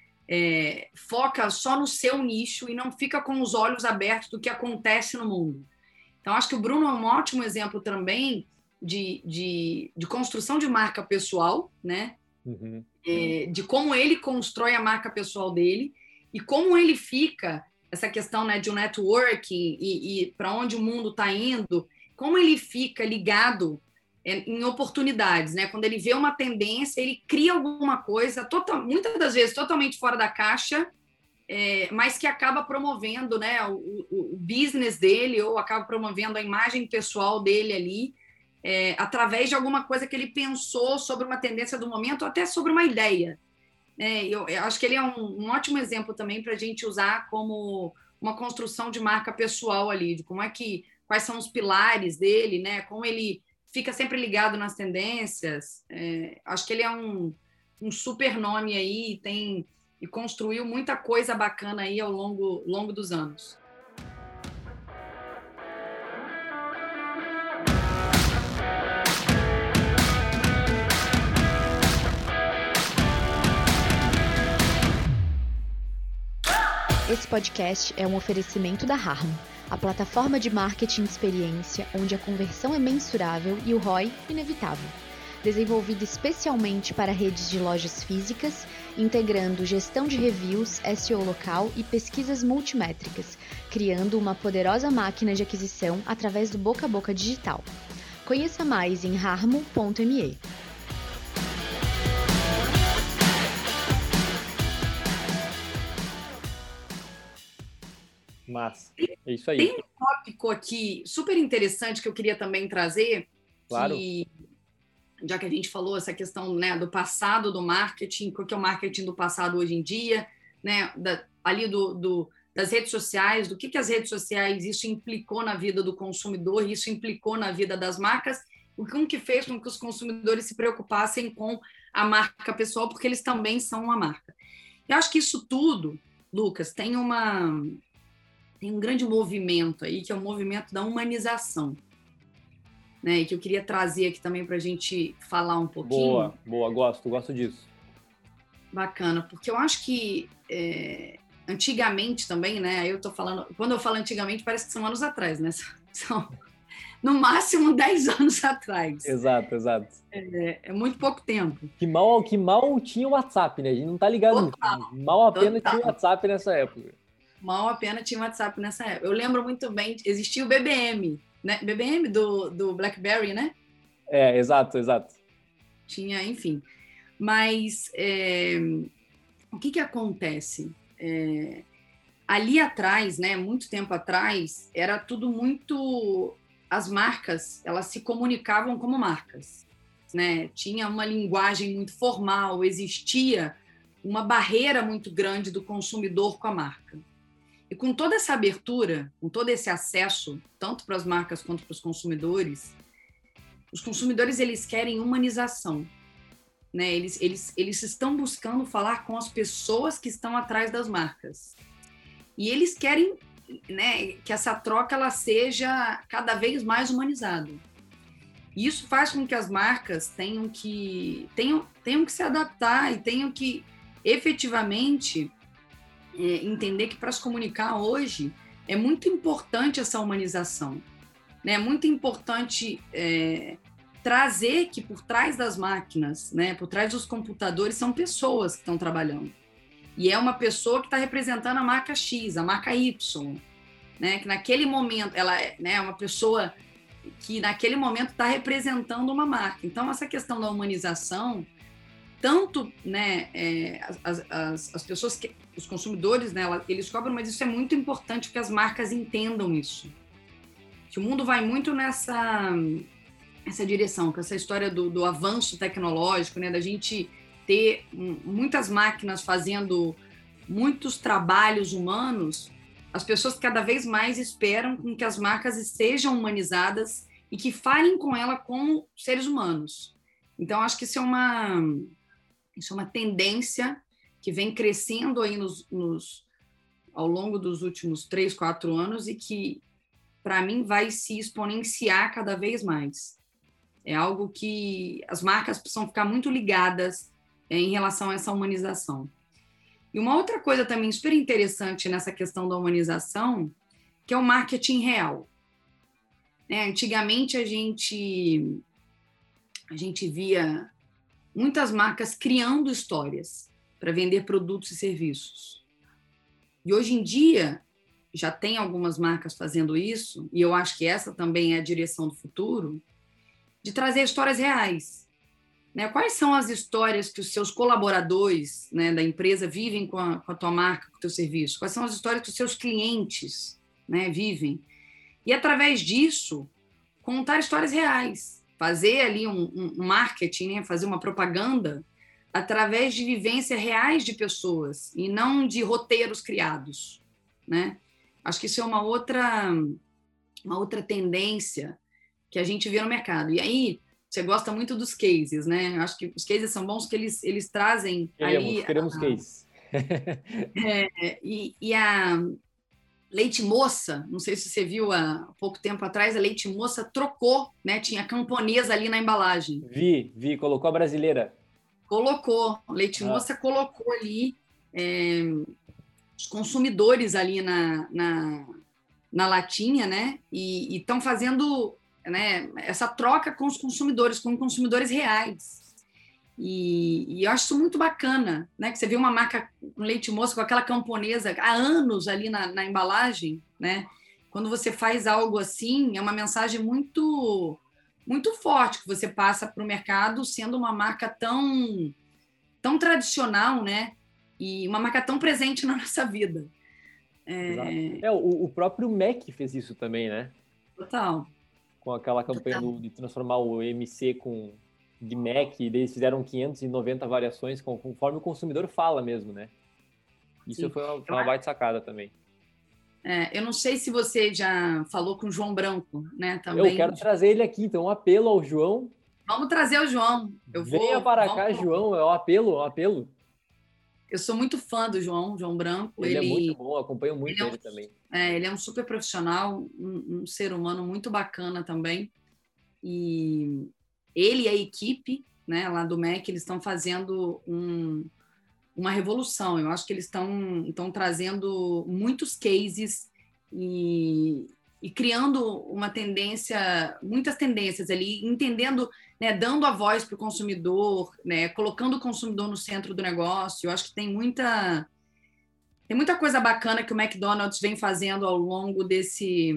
foca só no seu nicho e não fica com os olhos abertos do que acontece no mundo. Então, acho que o Bruno é um ótimo exemplo também de construção de marca pessoal, né? Uhum. De como ele constrói a marca pessoal dele e como ele fica... essa questão, né, de um networking e para onde o mundo está indo, como ele fica ligado em oportunidades, né? Quando ele vê uma tendência, ele cria alguma coisa, muitas das vezes totalmente fora da caixa, mas que acaba promovendo, né, o business dele ou acaba promovendo a imagem pessoal dele ali, através de alguma coisa que ele pensou sobre uma tendência do momento ou até sobre uma ideia. Eu acho que ele é um ótimo exemplo também para a gente usar como uma construção de marca pessoal ali, de quais são os pilares dele, né? Como ele fica sempre ligado nas tendências. Acho que ele é um super nome aí e construiu muita coisa bacana aí ao longo dos anos. Esse podcast é um oferecimento da Harmo, a plataforma de marketing de experiência onde a conversão é mensurável e o ROI inevitável. Desenvolvida especialmente para redes de lojas físicas, integrando gestão de reviews, SEO local e pesquisas multimétricas, criando uma poderosa máquina de aquisição através do boca a boca digital. Conheça mais em harmo.me. Mas é isso aí. Tem um tópico aqui super interessante que eu queria também trazer, claro. Que, já que a gente falou essa questão, né, do passado do marketing, o que é o marketing do passado hoje em dia, né, das redes sociais, do que as redes sociais, isso implicou na vida do consumidor, isso implicou na vida das marcas, o que fez com que os consumidores se preocupassem com a marca pessoal, porque eles também são uma marca. Eu acho que isso tudo, Lucas, tem um grande movimento aí, que é o movimento da humanização, né? E que eu queria trazer aqui também para a gente falar um pouquinho. Boa, gosto disso. Bacana, porque eu acho que antigamente também, né? Quando eu falo antigamente, parece que são anos atrás, né? São no máximo 10 anos atrás. Exato. É muito pouco tempo. Que mal tinha o WhatsApp, né? A gente não tá ligado. Mal apenas tinha o WhatsApp nessa época. Mal a pena tinha WhatsApp nessa época. Eu lembro muito bem, existia o BBM, né? BBM do BlackBerry, né? Exato. Tinha, enfim. Mas o que acontece? Ali atrás, né? Muito tempo atrás, era tudo muito... As marcas, elas se comunicavam como marcas, né? Tinha uma linguagem muito formal, existia uma barreira muito grande do consumidor com a marca. E com toda essa abertura, com todo esse acesso, tanto para as marcas quanto para os consumidores, os consumidores eles querem humanização, né? Eles estão buscando falar com as pessoas que estão atrás das marcas. E eles querem, né, que essa troca ela seja cada vez mais humanizada. E isso faz com que as marcas tenham que se adaptar e tenham que efetivamente entender que para se comunicar hoje é muito importante essa humanização, né? É muito importante trazer que por trás das máquinas, né, por trás dos computadores, são pessoas que estão trabalhando. E é uma pessoa que está representando a marca X, a marca Y, né, que naquele momento ela é uma pessoa que naquele momento está representando uma marca. Então, essa questão da humanização, tanto, né, as pessoas, os consumidores, né, eles cobram, mas isso é muito importante que as marcas entendam isso. Que o mundo vai muito nessa direção, com essa história do avanço tecnológico, né, da gente ter muitas máquinas fazendo muitos trabalhos humanos. As pessoas cada vez mais esperam que as marcas sejam humanizadas e que falem com ela como seres humanos. Então, acho que isso é uma tendência que vem crescendo aí ao longo dos últimos 3, 4 anos e que, para mim, vai se exponenciar cada vez mais. É algo que as marcas precisam ficar muito ligadas em relação a essa humanização. E uma outra coisa também super interessante nessa questão da humanização, que é o marketing real. Né? Antigamente, a gente via muitas marcas criando histórias para vender produtos e serviços. E hoje em dia, já tem algumas marcas fazendo isso, e eu acho que essa também é a direção do futuro, de trazer histórias reais. Né? Quais são as histórias que os seus colaboradores, né, da empresa vivem com a tua marca, com o teu serviço? Quais são as histórias que os seus clientes, né, vivem? E, através disso, contar histórias reais. Fazer ali um marketing, né, fazer uma propaganda através de vivências reais de pessoas e não de roteiros criados. Né? Acho que isso é uma outra tendência que a gente vê no mercado. E aí, você gosta muito dos cases, né? Acho que os cases são bons porque eles trazem queremos cases. E a Leite Moça, não sei se você viu há pouco tempo atrás, a Leite Moça trocou, né? Tinha camponesa ali na embalagem. Vi, colocou a brasileira. Colocou, Leite Moça colocou ali os consumidores ali na latinha, né? E estão fazendo, né, essa troca com os consumidores, com consumidores reais. E eu acho isso muito bacana, né? Que você vê uma marca com Leite Moça, com aquela camponesa há anos ali na embalagem, né? Quando você faz algo assim, é uma mensagem muito, muito forte que você passa para o mercado, sendo uma marca tão, tão tradicional, né? E uma marca tão presente na nossa vida. O próprio Mac fez isso também, né? Total. Com aquela campanha de transformar o MC de Mac, e eles fizeram 590 variações conforme o consumidor fala mesmo, né? Isso foi uma baita sacada também. Eu não sei se você já falou com o João Branco, né? Também. Eu quero trazer ele aqui, então um apelo ao João. Vamos trazer o João. Venha para cá, João, é um apelo. Eu sou muito fã do João Branco. Ele é muito bom, acompanho muito ele também. Ele é um super profissional, um ser humano muito bacana também. E ele e a equipe, né, lá do MEC, eles estão fazendo uma revolução. Eu acho que eles estão trazendo muitos cases e criando uma tendência, muitas tendências ali, entendendo, né, dando a voz para o consumidor, né, colocando o consumidor no centro do negócio. Eu acho que tem muita coisa bacana que o McDonald's vem fazendo ao longo desses,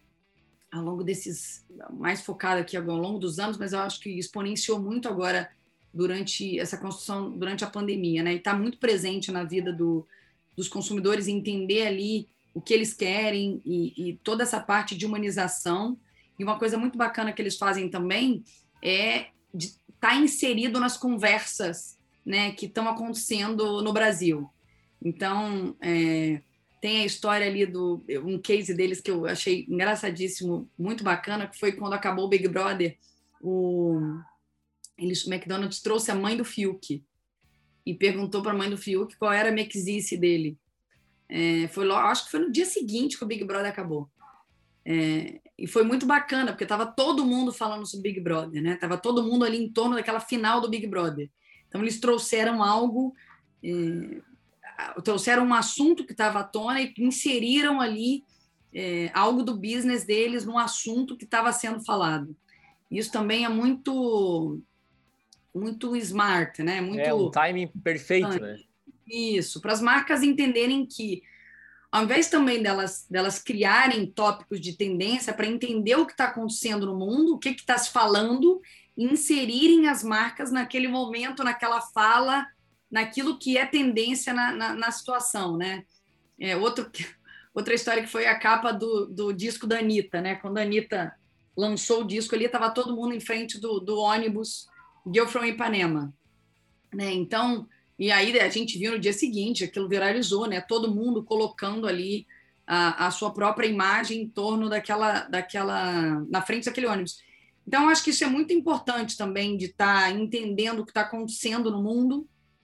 mais focado aqui ao longo dos anos, mas eu acho que exponenciou muito agora durante essa construção, durante a pandemia, né? E está muito presente na vida dos consumidores, entender ali o que eles querem e toda essa parte de humanização. E uma coisa muito bacana que eles fazem também é estar inserido nas conversas, né, que estão acontecendo no Brasil. Então, tem a história ali um case deles que eu achei engraçadíssimo, muito bacana, que foi quando acabou o Big Brother, o McDonald's trouxe a mãe do Fiuk e perguntou para a mãe do Fiuk qual era a mexice dele. Acho que foi no dia seguinte que o Big Brother acabou. E foi muito bacana, porque estava todo mundo falando sobre Big Brother, né? Tava todo mundo ali em torno daquela final do Big Brother. Então, eles trouxeram algo, trouxeram um assunto que estava à tona e inseriram ali algo do business deles num assunto que estava sendo falado. Isso também é muito, muito smart, né? Muito um timing perfeito, né? Isso, para as marcas entenderem que, ao invés também delas criarem tópicos de tendência para entender o que está acontecendo no mundo, o que está se falando, e inserirem as marcas naquele momento, naquela fala, naquilo que é tendência na situação, né? Outra história que foi a capa do disco da Anitta, né? Quando a Anitta lançou o disco ali, estava todo mundo em frente do ônibus Girl from Ipanema, né? Então, e aí a gente viu no dia seguinte, aquilo viralizou, né? Todo mundo colocando ali a sua própria imagem em torno daquela na frente daquele ônibus. Então, acho que isso é muito importante também, de estar entendendo o que está acontecendo no mundo,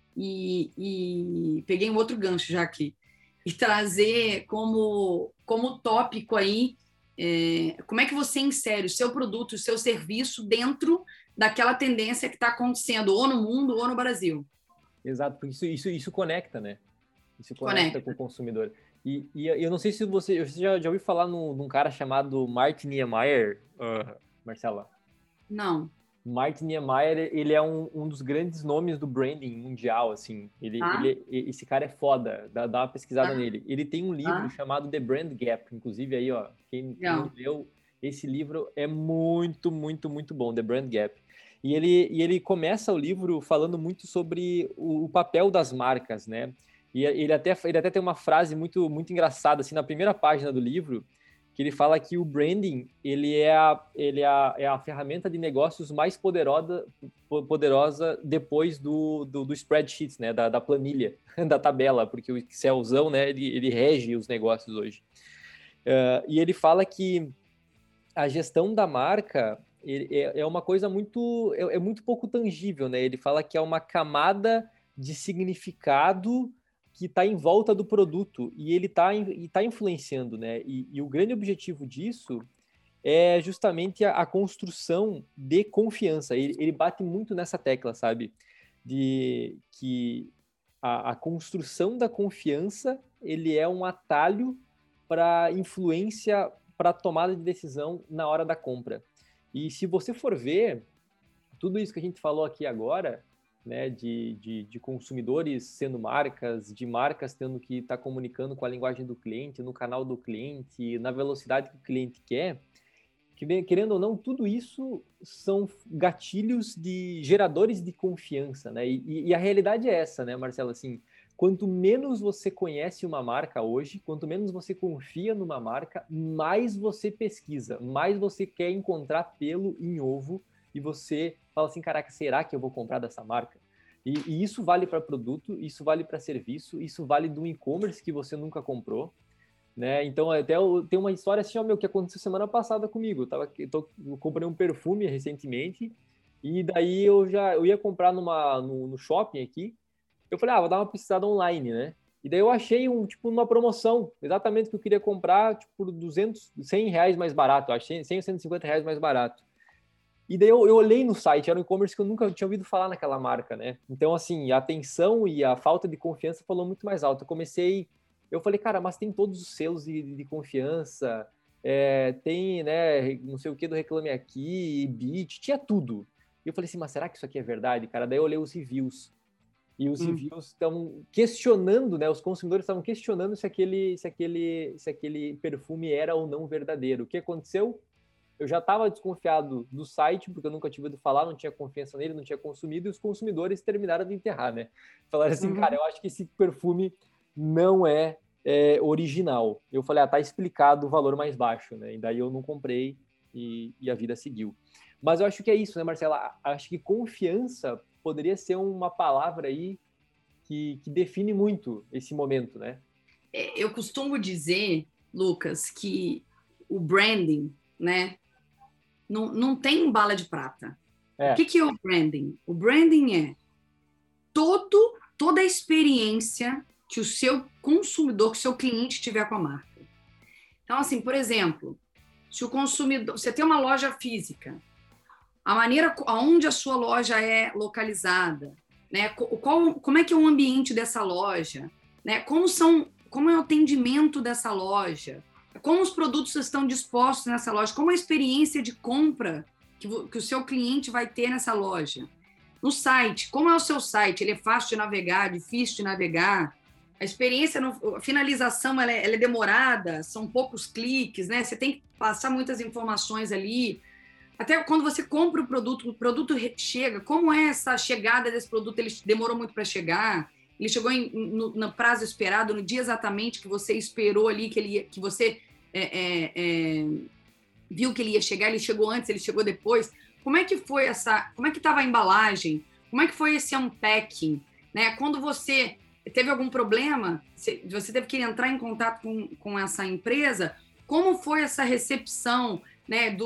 e peguei um outro gancho já aqui, e trazer como tópico aí como é que você insere o seu produto, o seu serviço dentro daquela tendência que está acontecendo ou no mundo ou no Brasil. Exato, porque isso conecta, né? Isso conecta com o consumidor. E eu não sei se você já ouviu falar num cara chamado Martin Niemeyer, Marcela? Não. Martin Niemeyer, ele é um dos grandes nomes do branding mundial, assim. Esse cara é foda, dá uma pesquisada nele. Ele tem um livro chamado The Brand Gap, inclusive aí, ó, quem leu, esse livro é muito, muito, muito bom, The Brand Gap. E ele começa o livro falando muito sobre o papel das marcas, né? E ele até tem uma frase muito, muito engraçada, assim, na primeira página do livro, que ele fala que o branding, ele é a ferramenta de negócios mais poderosa depois do spreadsheet, né? Da planilha, da tabela, porque o Excelzão, né? Ele rege os negócios hoje. E ele fala que a gestão da marca é uma coisa muito pouco tangível, né? Ele fala que é uma camada de significado que está em volta do produto e ele está influenciando, né? E o grande objetivo disso é justamente a construção de confiança. Ele bate muito nessa tecla, sabe? De que a construção da confiança, ele é um atalho para influência, para tomada de decisão na hora da compra. E se você for ver, tudo isso que a gente falou aqui agora, né, de consumidores sendo marcas, de marcas tendo que estar comunicando com a linguagem do cliente, no canal do cliente, na velocidade que o cliente quer, querendo ou não, tudo isso são gatilhos de geradores de confiança, né? E a realidade é essa, né, Marcelo? Assim, quanto menos você conhece uma marca hoje, quanto menos você confia numa marca, mais você pesquisa, mais você quer encontrar pelo em ovo e você fala assim, caraca, será que eu vou comprar dessa marca? E isso vale para produto, isso vale para serviço, isso vale do e-commerce que você nunca comprou, né? Então, até tem uma história assim, ó, que aconteceu semana passada comigo. Eu comprei um perfume recentemente e daí eu ia comprar no shopping aqui. Eu falei, vou dar uma pesquisada online, né? E daí eu achei uma promoção, exatamente o que eu queria comprar, por 100 reais mais barato, acho 100 ou 150 reais mais barato. E daí eu olhei no site, era um e-commerce que eu nunca tinha ouvido falar naquela marca, né? Então, assim, a atenção e a falta de confiança falou muito mais alto. Eu falei, cara, mas tem todos os selos de confiança, tem, né, não sei o que do Reclame Aqui, Bit, tinha tudo. E eu falei assim, mas será que isso aqui é verdade, cara? Daí eu olhei os reviews. E os reviews estão questionando, né? Os consumidores estavam questionando se aquele perfume era ou não verdadeiro. O que aconteceu? Eu já estava desconfiado do site, porque eu nunca tinha ouvido falar, não tinha confiança nele, não tinha consumido, e os consumidores terminaram de enterrar, né? Falaram assim, cara, eu acho que esse perfume não é original. Eu falei, tá explicado o valor mais baixo, né? E daí eu não comprei e a vida seguiu. Mas eu acho que é isso, né, Marcela? Acho que confiança poderia ser uma palavra aí que define muito esse momento, né? Eu costumo dizer, Lucas, que o branding, né, não tem bala de prata. É. O que é o branding? O branding é toda a experiência que o seu consumidor, que o seu cliente tiver com a marca. Então, assim, por exemplo, se o consumidor... Você tem uma loja física, a maneira onde a sua loja é localizada, né? Como é que é o ambiente dessa loja, né? Como é o atendimento dessa loja, como os produtos estão dispostos nessa loja, como a experiência de compra que o seu cliente vai ter nessa loja. No site, como é o seu site? Ele é fácil de navegar, difícil de navegar? A experiência, a finalização ela é demorada, são poucos cliques, né? Você tem que passar muitas informações ali. Até quando você compra o produto chega, como é essa chegada desse produto? Ele demorou muito para chegar? Ele chegou no prazo esperado, no dia exatamente que você esperou ali, que você viu que ele ia chegar? Ele chegou antes, ele chegou depois? Como é que foi como é que estava a embalagem? Como é que foi esse unpacking? Né? Quando você teve algum problema, você teve que entrar em contato com essa empresa, como foi essa recepção, né,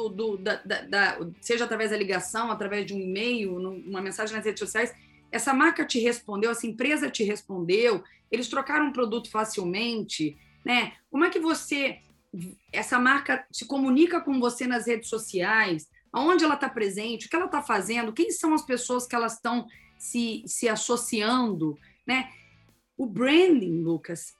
seja através da ligação, através de um e-mail, uma mensagem nas redes sociais, essa marca te respondeu, essa empresa te respondeu, eles trocaram um produto facilmente, né? Como é que essa marca se comunica com você nas redes sociais, aonde ela está presente, o que ela está fazendo, quem são as pessoas que elas estão se associando, né? O branding, Lucas,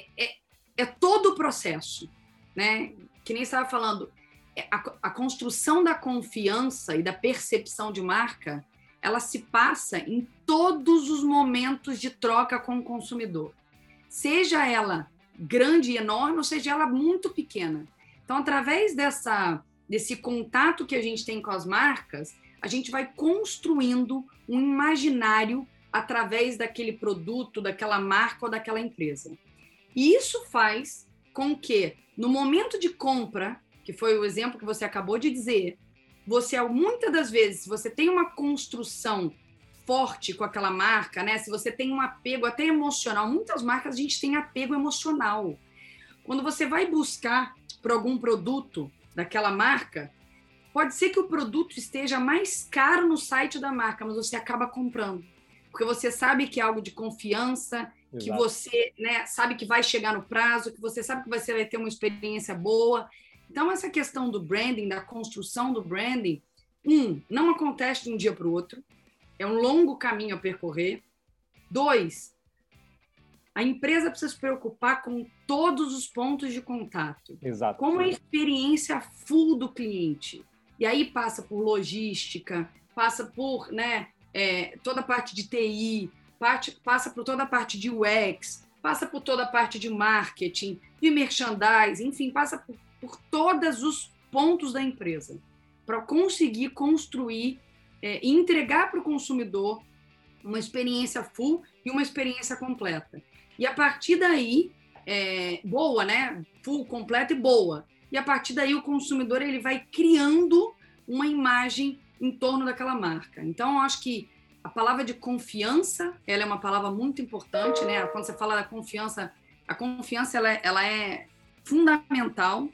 é todo o processo, né? Que nem você estava falando, a construção da confiança e da percepção de marca, ela se passa em todos os momentos de troca com o consumidor. Seja ela grande e enorme, ou seja ela muito pequena. Então, através desse contato que a gente tem com as marcas, a gente vai construindo um imaginário através daquele produto, daquela marca ou daquela empresa. E isso faz com que, no momento de compra, que foi o exemplo que você acabou de dizer, muitas das vezes, se você tem uma construção forte com aquela marca, né? Se você tem um apego até emocional, muitas marcas a gente tem apego emocional. Quando você vai buscar por algum produto daquela marca, pode ser que o produto esteja mais caro no site da marca, mas você acaba comprando. Porque você sabe que é algo de confiança, exato, que você, né, sabe que vai chegar no prazo, que você sabe que você vai ter uma experiência boa. Então, essa questão do branding, da construção do branding, não acontece de um dia para o outro. É um longo caminho a percorrer. 2, a empresa precisa se preocupar com todos os pontos de contato. Exato. Como a experiência full do cliente. E aí passa por logística, passa por, né, toda a parte de TI, passa por toda a parte de UX, passa por toda a parte de marketing, de merchandising, enfim, passa por todos os pontos da empresa para conseguir construir e entregar para o consumidor uma experiência full e uma experiência completa. E a partir daí, boa, né? Full, completa e boa. E a partir daí o consumidor ele vai criando uma imagem em torno daquela marca. Então, eu acho que a palavra de confiança, ela é uma palavra muito importante, né? Quando você fala da confiança, a confiança ela é fundamental.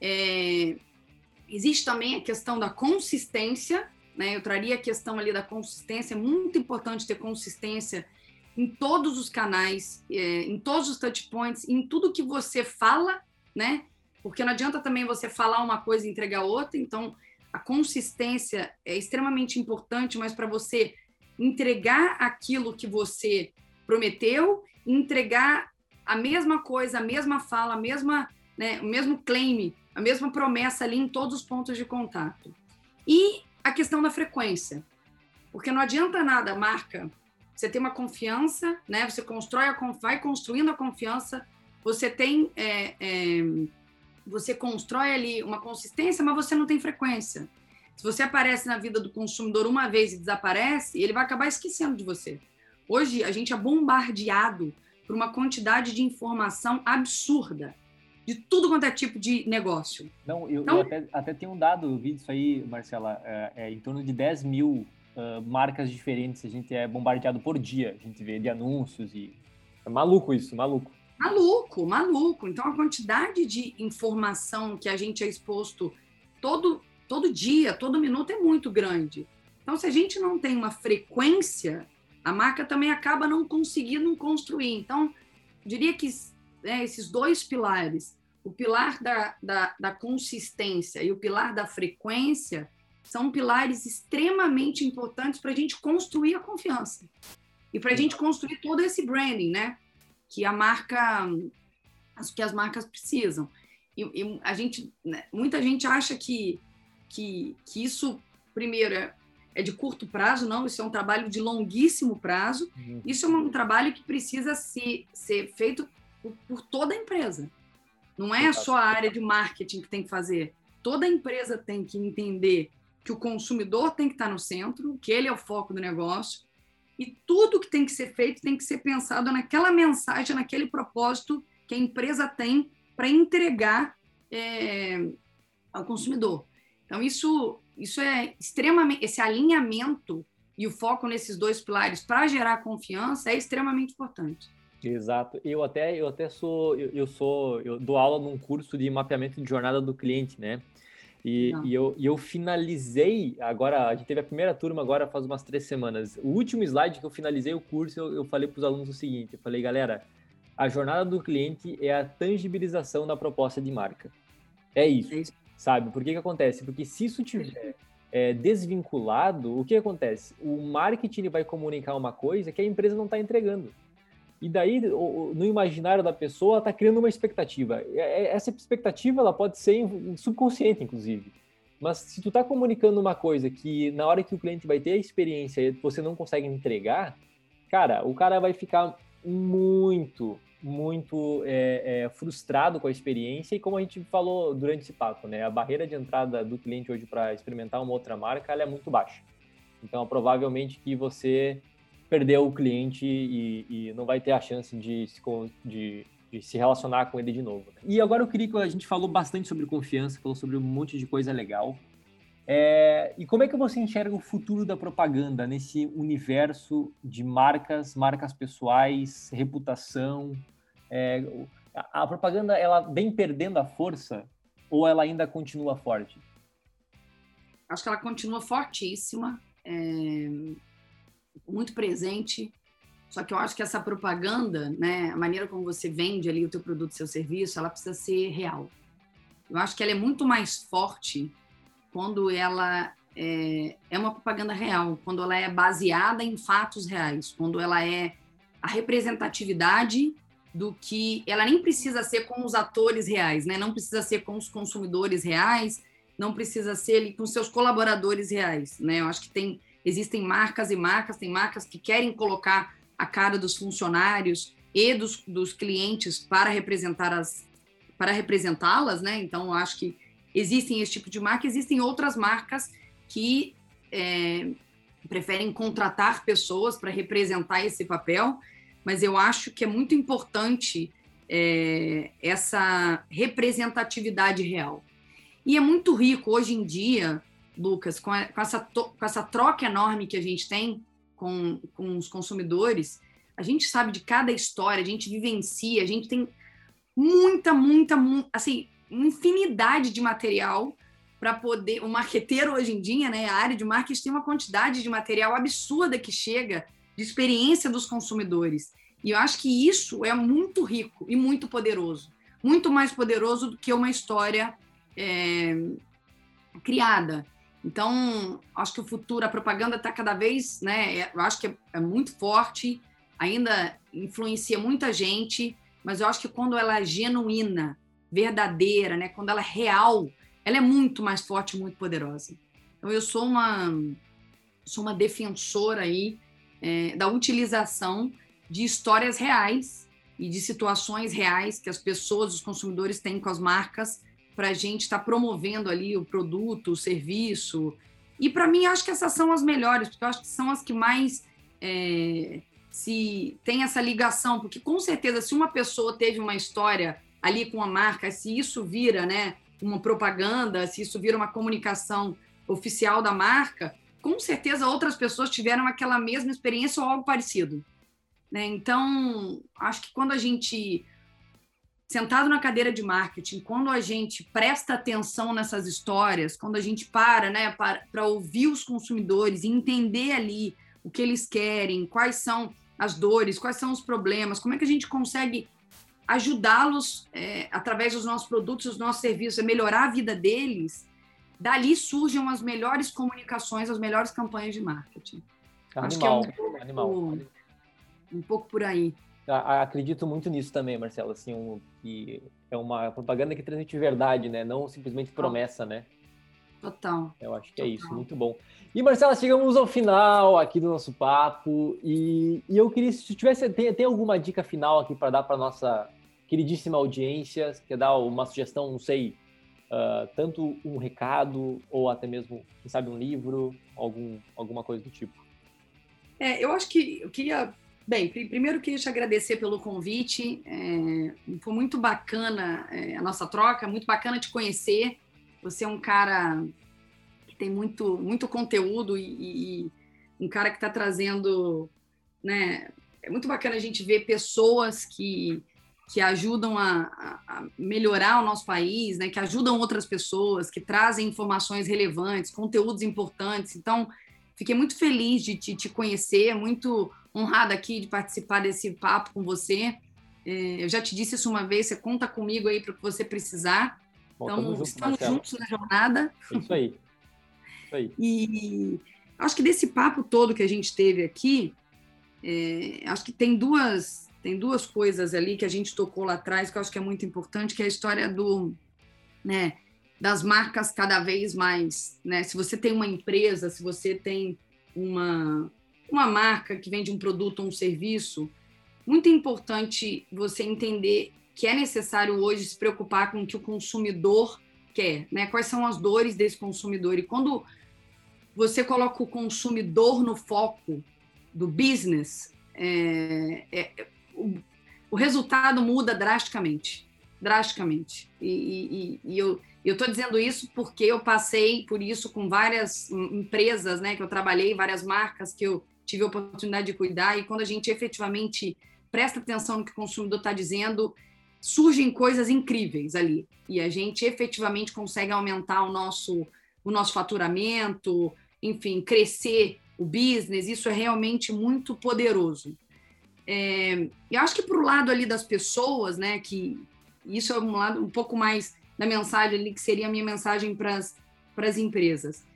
Existe também a questão da consistência, né? Eu traria a questão ali da consistência. É muito importante ter consistência em todos os canais, em todos os touch points, em tudo que você fala, né? Porque não adianta também você falar uma coisa e entregar outra. Então, a consistência é extremamente importante, mas para você entregar aquilo que você prometeu, entregar a mesma coisa, a mesma fala, a mesma, né, o mesmo claim, a mesma promessa ali em todos os pontos de contato. E a questão da frequência, porque não adianta nada a marca, você tem uma confiança, né, você vai construindo a confiança, você tem, você constrói ali uma consistência, mas você não tem frequência. Se você aparece na vida do consumidor uma vez e desaparece, ele vai acabar esquecendo de você. Hoje, a gente é bombardeado por uma quantidade de informação absurda, de tudo quanto é tipo de negócio. Não, eu até tenho um dado, eu vi disso aí, Marcela, em torno de 10 mil marcas diferentes a gente é bombardeado por dia, a gente vê de anúncios e... É maluco isso, maluco. Maluco. Então, a quantidade de informação que a gente é exposto todo dia, todo minuto é muito grande. Então, se a gente não tem uma frequência, a marca também acaba não conseguindo construir. Então, diria que esses dois pilares, o pilar da consistência e o pilar da frequência, são pilares extremamente importantes para a gente construir a confiança e para a gente construir todo esse branding, né? Que as marcas precisam. E a gente, né, muita gente acha que isso, primeiro, é de curto prazo. Não, isso é um trabalho de longuíssimo prazo. Isso é um trabalho que precisa ser feito por toda a empresa. Não é só a área de marketing que tem que fazer. Toda a empresa tem que entender que o consumidor tem que estar no centro, que ele é o foco do negócio, e tudo que tem que ser feito tem que ser pensado naquela mensagem, naquele propósito que a empresa tem para entregar ao consumidor. Então, isso é extremamente... Esse alinhamento e o foco nesses dois pilares para gerar confiança é extremamente importante. Exato. Eu dou aula num curso de mapeamento de jornada do cliente, né? E eu finalizei, agora, a gente teve a primeira turma agora faz umas 3 semanas. O último slide que eu finalizei o curso, eu falei para os alunos o seguinte, eu falei, galera, a jornada do cliente é a tangibilização da proposta de marca. É isso, sabe? Por que acontece? Porque se isso tiver desvinculado, o que acontece? O marketing ele vai comunicar uma coisa que a empresa não está entregando. E daí, no imaginário da pessoa, está criando uma expectativa. Essa expectativa ela pode ser subconsciente, inclusive. Mas se tu está comunicando uma coisa que na hora que o cliente vai ter a experiência você não consegue entregar, cara, o cara vai ficar muito frustrado com a experiência. E como a gente falou durante esse papo, né, a barreira de entrada do cliente hoje para experimentar uma outra marca ela é muito baixa. Então, provavelmente que você perdeu o cliente e não vai ter a chance de se relacionar com ele de novo. E agora eu queria que a gente falou bastante sobre confiança, falou sobre um monte de coisa legal. E como é que você enxerga o futuro da propaganda nesse universo de marcas pessoais, reputação? A propaganda, ela vem perdendo a força ou ela ainda continua forte? Acho que ela continua fortíssima, muito presente, só que eu acho que essa propaganda, né, a maneira como você vende ali o teu produto, seu serviço, ela precisa ser real. Eu acho que ela é muito mais forte quando ela é uma propaganda real, quando ela é baseada em fatos reais, quando ela é a representatividade do que... Ela nem precisa ser com os atores reais, né? Não precisa ser com os consumidores reais, não precisa ser ali com seus colaboradores reais, né? Eu acho que existem marcas e marcas, tem marcas que querem colocar a cara dos funcionários e dos clientes para representá-las, né? Então, eu acho que existem esse tipo de marca, existem outras marcas que preferem contratar pessoas para representar esse papel, mas eu acho que é muito importante essa representatividade real. E é muito rico hoje em dia, Lucas, com essa troca enorme que a gente tem com os consumidores. A gente sabe de cada história, a gente vivencia, a gente tem muita, assim, infinidade de material para poder... O marqueteiro hoje em dia, né, a área de marketing tem uma quantidade de material absurda que chega de experiência dos consumidores. E eu acho que isso é muito rico e muito poderoso. Muito mais poderoso do que uma história criada. Então, acho que o futuro, a propaganda está cada vez, né? Eu acho que é muito forte, ainda influencia muita gente, mas eu acho que quando ela é genuína, verdadeira, né? Quando ela é real, ela é muito mais forte, muito poderosa. Então, eu sou uma defensora aí da utilização de histórias reais e de situações reais que as pessoas, os consumidores têm com as marcas, para a gente estar promovendo ali o produto, o serviço. E, para mim, acho que essas são as melhores, porque eu acho que são as que mais se tem essa ligação, porque, com certeza, se uma pessoa teve uma história ali com a marca, se isso vira, né, uma propaganda, se isso vira uma comunicação oficial da marca, com certeza outras pessoas tiveram aquela mesma experiência ou algo parecido, né? Então, acho que quando a gente sentado na cadeira de marketing, quando a gente presta atenção nessas histórias, quando a gente para, né, para ouvir os consumidores e entender ali o que eles querem, quais são as dores, quais são os problemas, como é que a gente consegue ajudá-los através dos nossos produtos, dos nossos serviços, a melhorar a vida deles, dali surgem as melhores comunicações, as melhores campanhas de marketing. Acho que um pouco por aí. Acredito muito nisso também, Marcelo, assim, que é uma propaganda que transmite verdade, né? Não simplesmente promessa, né? Total. Eu acho que é isso, muito bom. E, Marcela, chegamos ao final aqui do nosso papo e eu queria, se tivesse, tem alguma dica final aqui para dar para nossa queridíssima audiência, quer dar uma sugestão, não sei, tanto um recado ou até mesmo, quem sabe, um livro, alguma coisa do tipo? Eu acho que eu queria... Bem, primeiro eu queria te agradecer pelo convite, foi muito bacana a nossa troca, muito bacana te conhecer. Você é um cara que tem muito conteúdo e um cara que está trazendo, né? É muito bacana a gente ver pessoas que ajudam a melhorar o nosso país, né? Que ajudam outras pessoas, que trazem informações relevantes, conteúdos importantes. Então, fiquei muito feliz de te conhecer, muito honrada aqui de participar desse papo com você. Eu já te disse isso uma vez, você conta comigo aí para o que você precisar. Bom, então, estamos juntos na jornada. É isso aí. E acho que desse papo todo que a gente teve aqui, acho que tem duas coisas ali que a gente tocou lá atrás, que eu acho que é muito importante, que é a história das marcas cada vez mais, né? Se você tem uma empresa, se você tem uma marca que vende um produto ou um serviço, muito importante você entender que é necessário hoje se preocupar com o que o consumidor quer, né? Quais são as dores desse consumidor. E quando você coloca o consumidor no foco do business, o resultado muda drasticamente. E eu estou dizendo isso porque eu passei por isso com várias empresas, né, que eu trabalhei, várias marcas que eu tive a oportunidade de cuidar, e quando a gente efetivamente presta atenção no que o consumidor está dizendo, surgem coisas incríveis ali, e a gente efetivamente consegue aumentar o nosso faturamento, enfim, crescer o business. Isso é realmente muito poderoso. Eu acho que para o lado ali das pessoas, né, que isso é um lado um pouco mais da mensagem ali, que seria a minha mensagem para as empresas.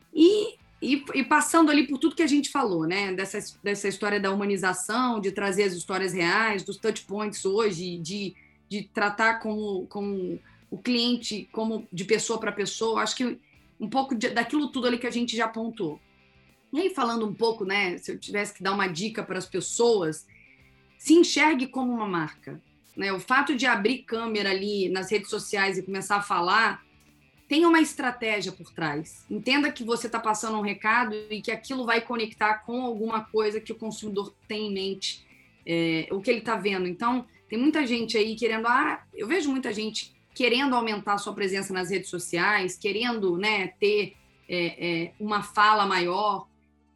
E passando ali por tudo que a gente falou, né, dessa história da humanização, de trazer as histórias reais, dos touch points hoje, de tratar com o cliente como de pessoa para pessoa, acho que um pouco daquilo tudo ali que a gente já apontou. E aí, falando um pouco, né, se eu tivesse que dar uma dica para as pessoas, se enxergue como uma marca, né? O fato de abrir câmera ali nas redes sociais e começar a falar, tem uma estratégia por trás. Entenda que você está passando um recado e que aquilo vai conectar com alguma coisa que o consumidor tem em mente, o que ele está vendo. Então, tem muita gente aí querendo... eu vejo muita gente querendo aumentar a sua presença nas redes sociais, querendo, né, ter uma fala maior.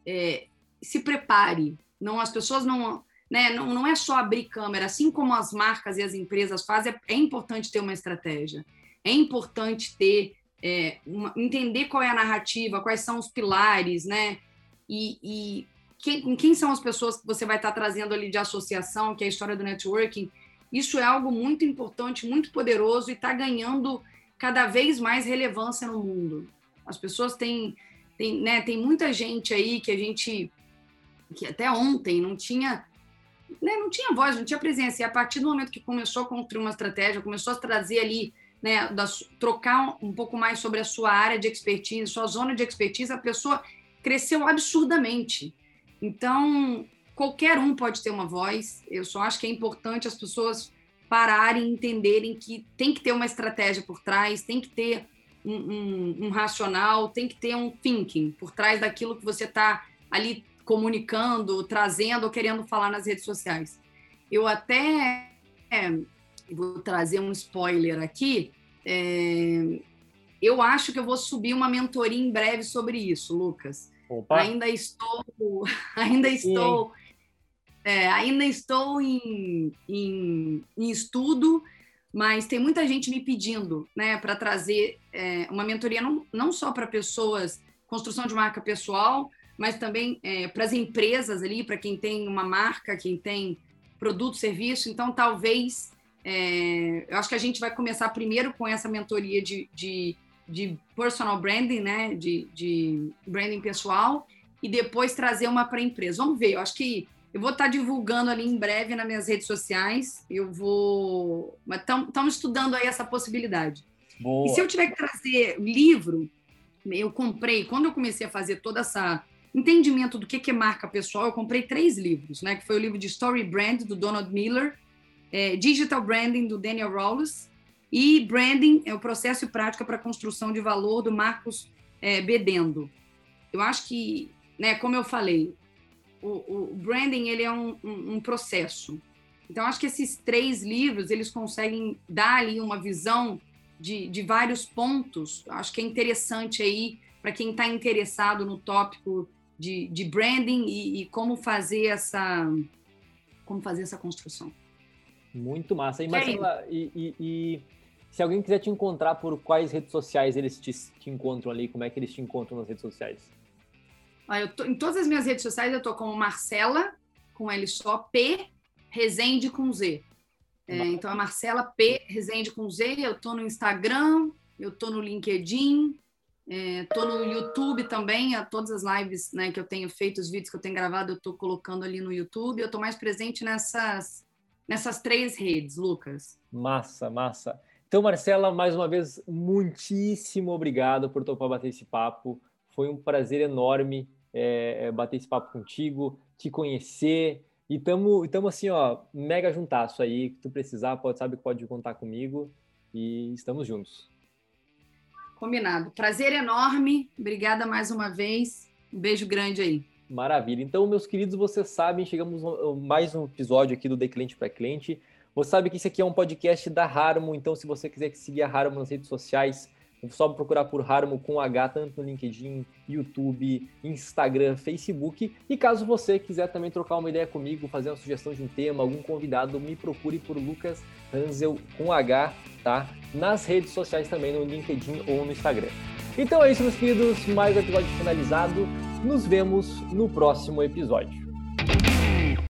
Se prepare. As pessoas não... Né, não é só abrir câmera, assim como as marcas e as empresas fazem, é importante ter uma estratégia, é importante ter entender qual é a narrativa, quais são os pilares, né? E quem são as pessoas que você vai estar trazendo ali de associação, que é a história do networking. Isso é algo muito importante, muito poderoso, e está ganhando cada vez mais relevância no mundo. As pessoas têm muita gente aí que até ontem não tinha voz, não tinha presença. E a partir do momento que começou a construir uma estratégia, começou a trazer ali, né, trocar um pouco mais sobre a sua área de expertise, sua zona de expertise, a pessoa cresceu absurdamente. Então, qualquer um pode ter uma voz. Eu só acho que é importante as pessoas pararem e entenderem que tem que ter uma estratégia por trás, tem que ter um racional, tem que ter um thinking por trás daquilo que você está ali comunicando, trazendo ou querendo falar nas redes sociais. Eu até vou trazer um spoiler aqui. Eu acho que eu vou subir uma mentoria em breve sobre isso, Lucas. Opa. Ainda estou em estudo, mas tem muita gente me pedindo, né, para trazer uma mentoria não só para pessoas, construção de marca pessoal, mas também para as empresas ali, para quem tem uma marca, quem tem produto, serviço. Então, talvez, eu acho que a gente vai começar primeiro com essa mentoria de personal branding, né, de branding pessoal, e depois trazer uma para a empresa. Vamos ver, eu acho que eu vou estar divulgando ali em breve nas minhas redes sociais, mas estamos estudando aí essa possibilidade. Boa. E se eu tiver que trazer livro, eu comprei, quando eu comecei a fazer todo esse entendimento do que é marca pessoal, eu comprei 3 livros, né, que foi o livro de Story Brand, do Donald Miller, Digital Branding, do Daniel Rawls, e Branding, o processo e prática para a construção de valor, do Marcos Bedendo. Eu acho que, né, como eu falei, o branding ele é um processo. Então, acho que esses 3 livros, eles conseguem dar ali uma visão de vários pontos. Acho que é interessante aí para quem está interessado no tópico de branding e como fazer essa construção. Muito massa. E, Marcela, e se alguém quiser te encontrar, por quais redes sociais eles te encontram ali? Como é que eles te encontram nas redes sociais? Em todas as minhas redes sociais eu tô como Marcela, com L só, P, Rezende com Z. Então é Marcela P, Rezende com Z. Eu tô no Instagram, eu tô no LinkedIn, tô no YouTube também. Todas as lives, né, que eu tenho feito, os vídeos que eu tenho gravado, eu tô colocando ali no YouTube. Eu tô mais presente nessas 3 redes, Lucas. Massa, massa. Então, Marcela, mais uma vez, muitíssimo obrigado por topar bater esse papo. Foi um prazer enorme bater esse papo contigo, te conhecer. E tamo assim, ó, mega juntasso aí. Que tu precisar, sabe que pode contar comigo. E estamos juntos. Combinado. Prazer enorme. Obrigada mais uma vez. Um beijo grande aí. Maravilha. Então, meus queridos, vocês sabem, chegamos a mais um episódio aqui do De Cliente para Cliente. Você sabe que esse aqui é um podcast da Harmo. Então, se você quiser seguir a Harmo nas redes sociais, é só procurar por Harmo com H, tanto no LinkedIn, YouTube, Instagram, Facebook. E caso você quiser também trocar uma ideia comigo, fazer uma sugestão de um tema, algum convidado, me procure por Lucas Hanzel com H, tá? Nas redes sociais também, no LinkedIn ou no Instagram. Então é isso, meus queridos. Mais um episódio finalizado. Nos vemos no próximo episódio.